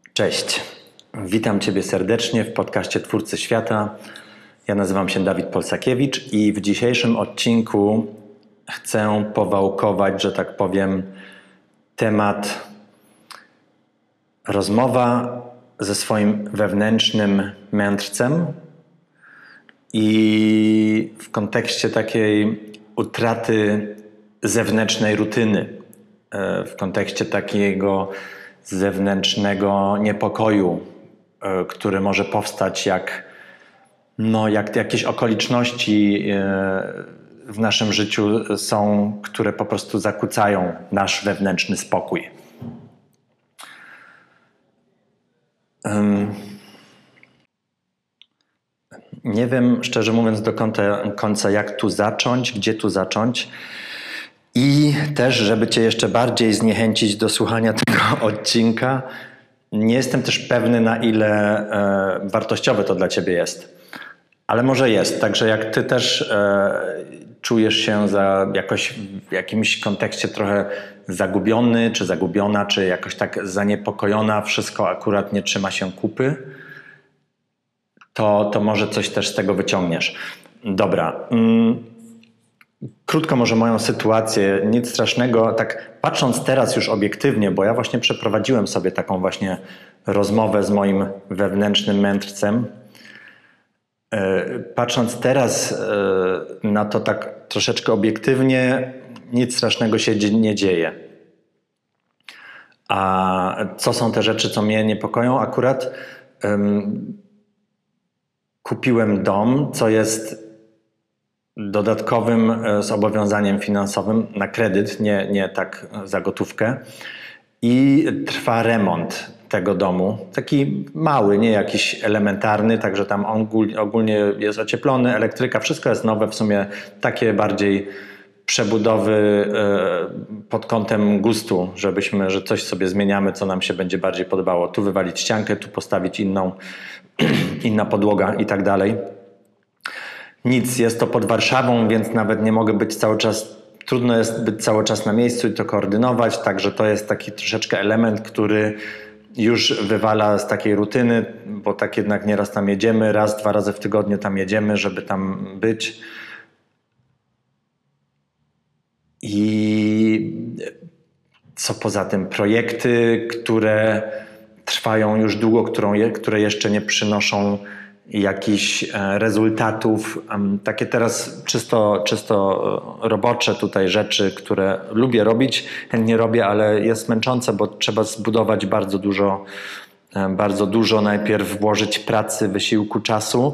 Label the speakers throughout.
Speaker 1: Cześć, witam Ciebie serdecznie w podcaście Twórcy Świata. Ja nazywam się Dawid Polsakiewicz i w dzisiejszym odcinku chcę powałkować, że tak powiem, temat rozmowa ze swoim wewnętrznym mędrcem i w kontekście takiej utraty zewnętrznej rutyny, w kontekście takiego zewnętrznego niepokoju, który może powstać jak jakieś okoliczności w naszym życiu są, które po prostu zakłócają nasz wewnętrzny spokój. Nie wiem, szczerze mówiąc, do końca jak tu zacząć, gdzie tu zacząć. I też, żeby Cię jeszcze bardziej zniechęcić do słuchania tego odcinka, nie jestem też pewny, na ile wartościowe to dla Ciebie jest. Ale może jest. Także jak Ty też czujesz się jakoś w jakimś kontekście trochę zagubiony, czy zagubiona, czy jakoś tak zaniepokojona, wszystko akurat nie trzyma się kupy, to może coś też z tego wyciągniesz. Dobra. Krótko może moją sytuację, nic strasznego, tak patrząc teraz już obiektywnie, bo ja właśnie przeprowadziłem sobie taką właśnie rozmowę z moim wewnętrznym mędrcem. Patrząc teraz na to tak troszeczkę obiektywnie, nic strasznego się nie dzieje. A co są te rzeczy, co mnie niepokoją? Akurat kupiłem dom, co jest dodatkowym zobowiązaniem finansowym na kredyt, nie tak za gotówkę. I trwa remont tego domu. Taki mały, nie jakiś elementarny, także tam ogólnie jest ocieplony, elektryka, wszystko jest nowe, w sumie takie bardziej przebudowy pod kątem gustu, że coś sobie zmieniamy, co nam się będzie bardziej podobało. Tu wywalić ściankę, tu postawić inna podłoga i tak dalej. Nic, jest to pod Warszawą, więc nawet nie mogę być cały czas, trudno jest być cały czas na miejscu i to koordynować, także to jest taki troszeczkę element, który już wywala z takiej rutyny, bo tak jednak nieraz tam jedziemy, raz, 2 razy w tygodniu tam jedziemy, żeby tam być. I co poza tym, projekty, które trwają już długo, które jeszcze nie przynoszą jakichś rezultatów, takie teraz czysto robocze tutaj rzeczy, które lubię robić, chętnie robię, ale jest męczące, bo trzeba zbudować bardzo dużo najpierw włożyć pracy, wysiłku, czasu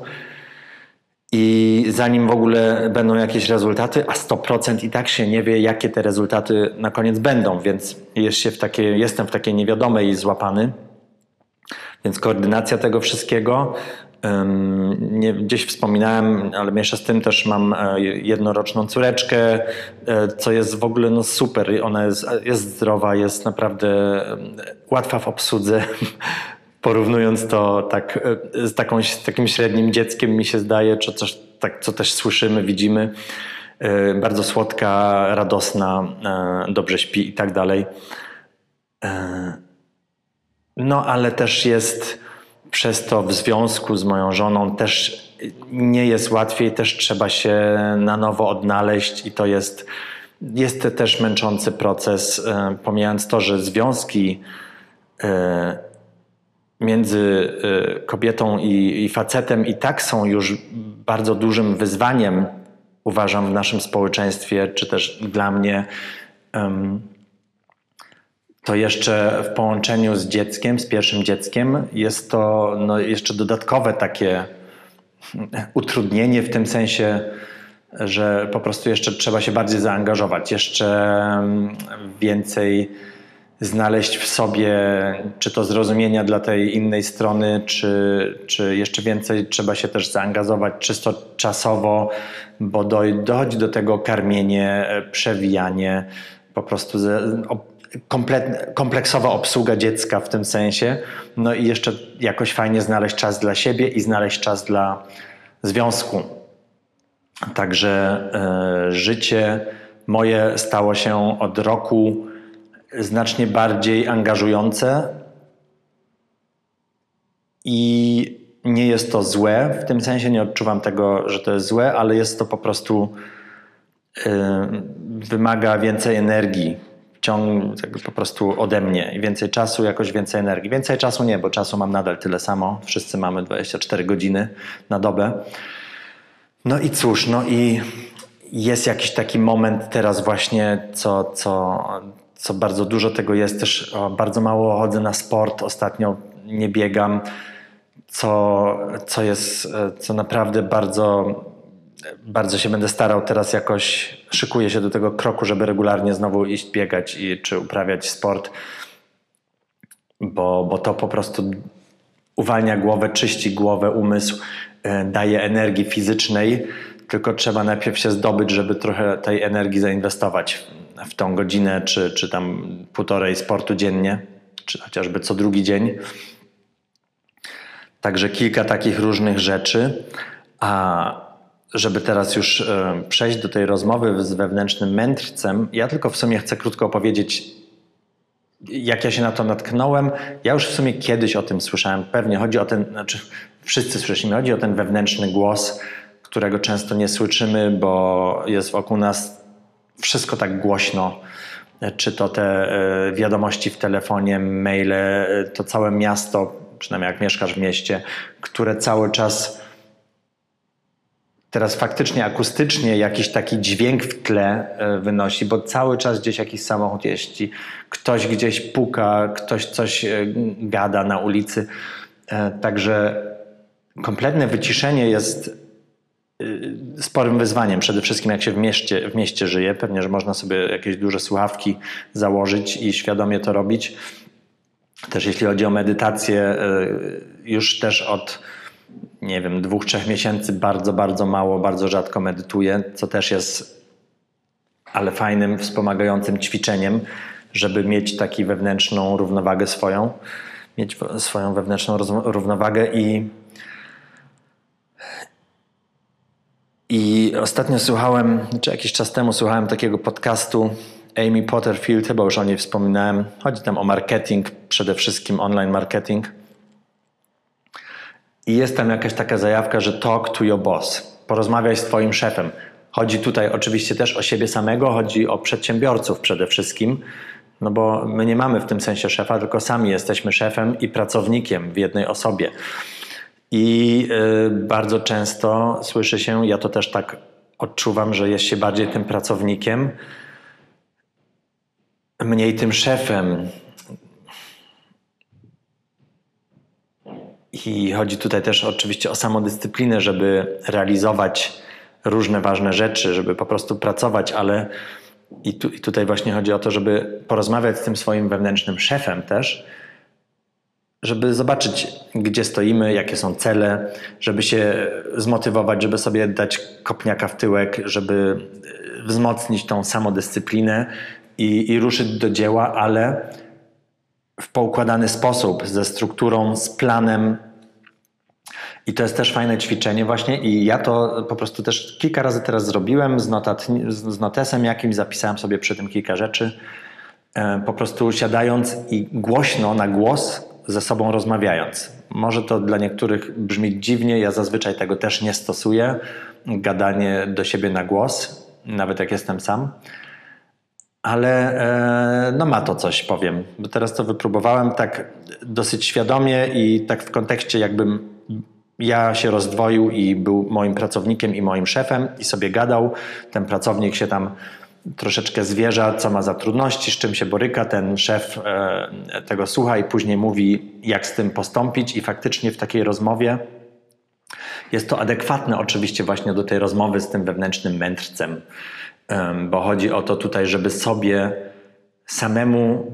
Speaker 1: i zanim w ogóle będą jakieś rezultaty, a 100% i tak się nie wie, jakie te rezultaty na koniec będą, więc jestem w takiej niewiadomej złapany, więc koordynacja tego wszystkiego. Gdzieś wspominałem, ale jeszcze z tym też mam jednoroczną córeczkę, co jest w ogóle super. Ona jest zdrowa, jest naprawdę łatwa w obsłudze. Porównując to tak z takim średnim dzieckiem, mi się zdaje, czy coś, tak, co też słyszymy, widzimy. Bardzo słodka, radosna, dobrze śpi i tak dalej. No ale też jest przez to w związku z moją żoną też nie jest łatwiej, też trzeba się na nowo odnaleźć i to jest też męczący proces, pomijając to, że związki między kobietą i facetem i tak są już bardzo dużym wyzwaniem, uważam, w naszym społeczeństwie, czy też dla mnie. To jeszcze w połączeniu z dzieckiem, z pierwszym dzieckiem, jest to jeszcze dodatkowe takie utrudnienie w tym sensie, że po prostu jeszcze trzeba się bardziej zaangażować, jeszcze więcej znaleźć w sobie, czy to zrozumienia dla tej innej strony, czy jeszcze więcej trzeba się też zaangażować czysto czasowo, bo dochodzi do tego karmienie, przewijanie, po prostu kompleksowa obsługa dziecka w tym sensie, no i jeszcze jakoś fajnie znaleźć czas dla siebie i znaleźć czas dla związku. Także życie moje stało się od roku znacznie bardziej angażujące, i nie jest to złe, w tym sensie nie odczuwam tego, że to jest złe, ale jest to po prostu wymaga więcej energii, po prostu ode mnie i więcej czasu, jakoś więcej energii. Więcej czasu nie, bo czasu mam nadal tyle samo. Wszyscy mamy 24 godziny na dobę. No i cóż, no i jest jakiś taki moment teraz właśnie, co bardzo dużo tego jest. Też bardzo mało chodzę na sport, ostatnio nie biegam, co naprawdę bardzo się będę starał teraz jakoś, szykuję się do tego kroku, żeby regularnie znowu iść biegać czy uprawiać sport, bo to po prostu uwalnia głowę, czyści głowę, umysł, daje energii fizycznej, tylko trzeba najpierw się zdobyć, żeby trochę tej energii zainwestować w tą godzinę, czy tam półtorej sportu dziennie, czy chociażby co drugi dzień. Także kilka takich różnych rzeczy. A żeby teraz już przejść do tej rozmowy z wewnętrznym mędrcem, ja tylko w sumie chcę krótko opowiedzieć, jak ja się na to natknąłem. Ja już w sumie kiedyś o tym słyszałem. Pewnie chodzi o ten, wszyscy słyszymy, chodzi o ten wewnętrzny głos, którego często nie słyszymy, bo jest wokół nas wszystko tak głośno. Czy to te wiadomości w telefonie, maile, to całe miasto, przynajmniej jak mieszkasz w mieście, które cały czas teraz faktycznie akustycznie jakiś taki dźwięk w tle wynosi, bo cały czas gdzieś jakiś samochód jeździ, ktoś gdzieś puka, ktoś coś gada na ulicy. Także kompletne wyciszenie jest sporym wyzwaniem. Przede wszystkim jak się w mieście żyje. Pewnie, że można sobie jakieś duże słuchawki założyć i świadomie to robić. Też jeśli chodzi o medytację, już też od 2-3 miesięcy bardzo mało, bardzo rzadko medytuję, co też jest ale fajnym, wspomagającym ćwiczeniem, żeby mieć taką wewnętrzną równowagę mieć swoją wewnętrzną równowagę i ostatnio czy jakiś czas temu słuchałem takiego podcastu Amy Potterfield, chyba już o niej wspominałem. Chodzi tam o marketing, przede wszystkim online marketing. I jest tam jakaś taka zajawka, że talk to your boss. Porozmawiaj z twoim szefem. Chodzi tutaj oczywiście też o siebie samego, chodzi o przedsiębiorców przede wszystkim, no bo my nie mamy w tym sensie szefa, tylko sami jesteśmy szefem i pracownikiem w jednej osobie. I bardzo często słyszy się, ja to też tak odczuwam, że jest się bardziej tym pracownikiem, mniej tym szefem. I chodzi tutaj też oczywiście o samodyscyplinę, żeby realizować różne ważne rzeczy, żeby po prostu pracować, ale i tutaj właśnie chodzi o to, żeby porozmawiać z tym swoim wewnętrznym szefem też, żeby zobaczyć, gdzie stoimy, jakie są cele, żeby się zmotywować, żeby sobie dać kopniaka w tyłek, żeby wzmocnić tą samodyscyplinę i ruszyć do dzieła, ale w poukładany sposób, ze strukturą, z planem. I to jest też fajne ćwiczenie właśnie i ja to po prostu też kilka razy teraz zrobiłem z notesem jakimś, zapisałem sobie przy tym kilka rzeczy, po prostu siadając i głośno, na głos ze sobą rozmawiając. Może to dla niektórych brzmi dziwnie, ja zazwyczaj tego też nie stosuję, gadanie do siebie na głos, nawet jak jestem sam. Ale no ma to coś, powiem, bo teraz to wypróbowałem tak dosyć świadomie i tak w kontekście jakbym ja się rozdwoił i był moim pracownikiem i moim szefem i sobie gadał. Ten pracownik się tam troszeczkę zwierza, co ma za trudności, z czym się boryka. Ten szef tego słucha i później mówi, jak z tym postąpić i faktycznie w takiej rozmowie jest to adekwatne oczywiście właśnie do tej rozmowy z tym wewnętrznym mędrcem. Bo chodzi o to tutaj, żeby sobie samemu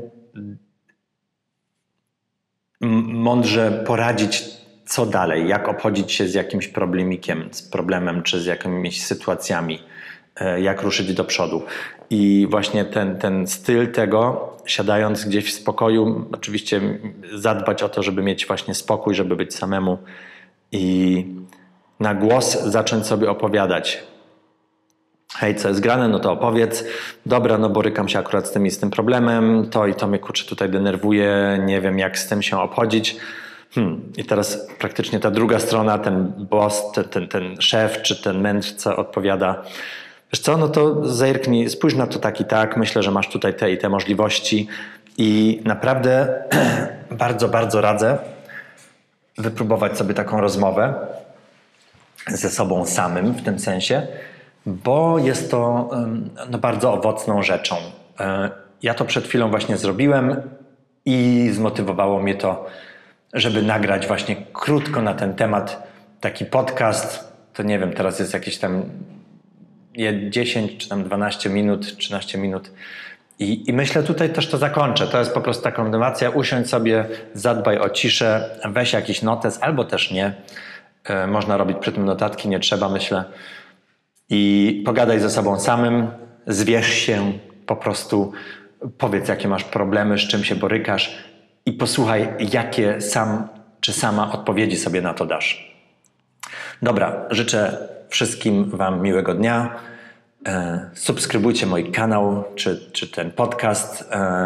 Speaker 1: mądrze poradzić, co dalej, jak obchodzić się z jakimś problemem, czy z jakimiś sytuacjami, jak ruszyć do przodu. I właśnie ten styl tego, siadając gdzieś w spokoju, oczywiście zadbać o to, żeby mieć właśnie spokój, żeby być samemu i na głos zacząć sobie opowiadać. Hej, co jest grane? No to opowiedz. Dobra, no borykam się akurat z tym problemem, to i to mnie kurczę tutaj denerwuje, nie wiem jak z tym się obchodzić. I teraz praktycznie ta druga strona, ten boss, ten szef czy ten mędrca odpowiada: wiesz co, no to zerknij, spójrz na to tak i tak, myślę, że masz tutaj te i te możliwości i naprawdę bardzo, bardzo radzę wypróbować sobie taką rozmowę ze sobą samym w tym sensie, bo jest to bardzo owocną rzeczą. Ja to przed chwilą właśnie zrobiłem i zmotywowało mnie to, żeby nagrać właśnie krótko na ten temat taki podcast. To nie wiem, teraz jest jakieś tam 10 czy tam 12 minut, 13 minut. I myślę, tutaj też to zakończę. To jest po prostu taka motywacja. Usiądź sobie, zadbaj o ciszę, weź jakiś notes, albo też nie. Można robić przy tym notatki, nie trzeba, myślę. I pogadaj ze sobą samym, zwierz się, po prostu powiedz, jakie masz problemy, z czym się borykasz i posłuchaj, jakie sam czy sama odpowiedzi sobie na to dasz. Dobra, życzę wszystkim wam miłego dnia. Subskrybujcie mój kanał czy ten podcast.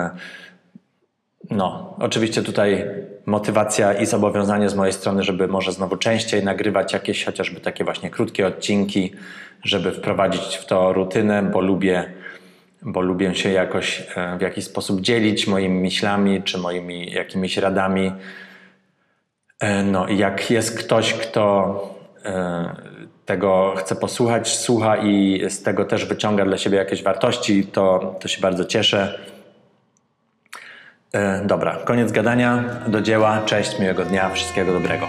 Speaker 1: Oczywiście tutaj motywacja i zobowiązanie z mojej strony, żeby może znowu częściej nagrywać jakieś chociażby takie właśnie krótkie odcinki, żeby wprowadzić w to rutynę, bo lubię się jakoś w jakiś sposób dzielić moimi myślami czy moimi jakimiś radami. I jak jest ktoś, kto tego chce posłuchać, słucha i z tego też wyciąga dla siebie jakieś wartości, to się bardzo cieszę. Dobra, koniec gadania, do dzieła, cześć, miłego dnia, wszystkiego dobrego.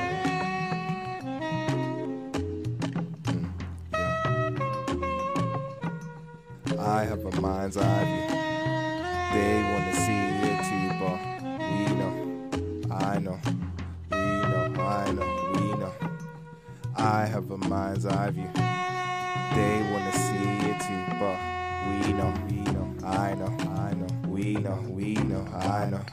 Speaker 2: I have a mind's eye. They wanna see it too, but we know, I know, we know, I know, we know. I have a mind's eye view. They wanna see it too, but we know, I know, I know, we know, I know.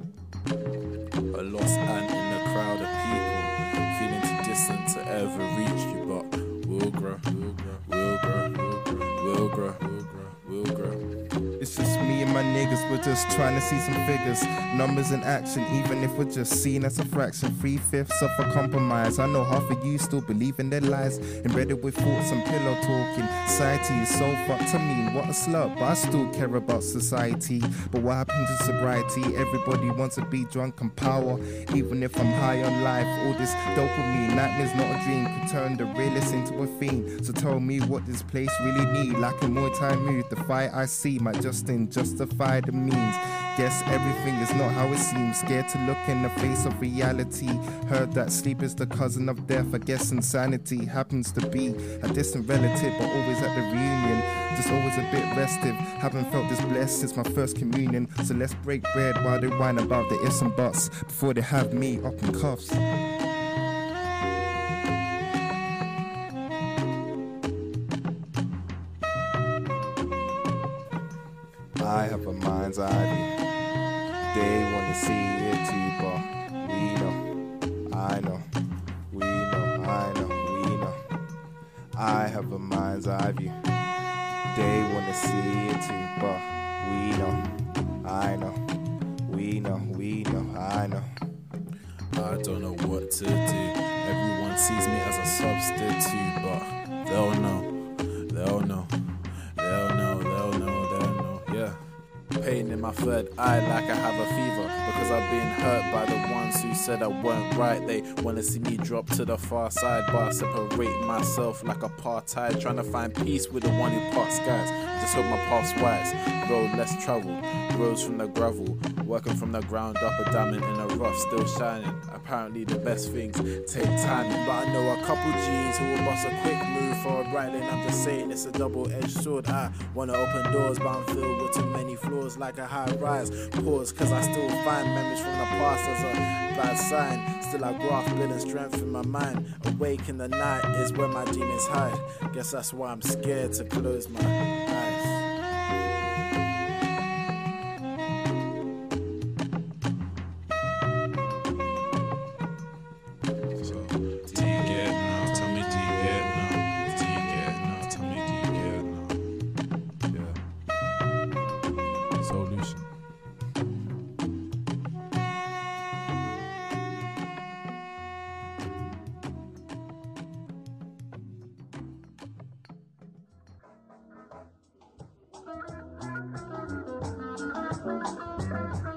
Speaker 3: A lost ant in a crowd of people, feeling too distant to ever reach you, but we'll grow, we'll grow, we'll grow, we'll grow, we'll grow, we'll grow.
Speaker 2: It's just me and my niggas, we're just trying to see some figures, numbers in action, even if we're just seen as a fraction, 3/5 of a compromise. I know half of you still believe in their lies, embedded with thoughts and pillow talking. Society is so fucked, I mean, what a slut, but I still care about society. But what happened to sobriety? Everybody wants to be drunk and power, even if I'm high on life. All this dopamine, nightmare's not a dream, could turn the realist into a fiend. So tell me what this place really need, like a Muay Thai move, the fight I see might just justify the means. Guess everything is not how it seems. Scared to look in the face of reality. Heard that sleep is the cousin of death. I guess insanity happens to be a distant relative, but always at the reunion. Just always a bit restive. Haven't felt this blessed since my first communion. So let's break bread while they whine about the ifs and buts before they have me up in cuffs. I have a mind's eye view. They wanna see it too, but we know, I know, we know, I know, we know. I have a mind's eye view. They wanna see it too, but we know, I know, we know, we know, I know.
Speaker 3: I don't know what to do. Everyone sees me as a substitute, but they'll know, they'll know, they'll know, they'll know, they'll know, yeah. Pain in my third eye like I have a fever, because I've been hurt by the ones who said I weren't right. They wanna see me drop to the far side, but I separate myself like apartheid, trying to find peace with the one who parts skies. Just hope my path's wise, road less traveled, rose from the gravel, working from the ground up, a diamond in the rough, still shining. Apparently the best things take time, but I know a couple G's who will bust a quick move for a bright lane. I'm just saying it's a double-edged sword. I wanna open doors, but I'm filled with too many floors like a high rise. Pause, cause I still find memories from the past as a bad sign. Still I graft building strength in my mind. Awake in the night is where my demons hide. Guess that's why I'm scared to close my eyes. Solution.
Speaker 2: Thank you.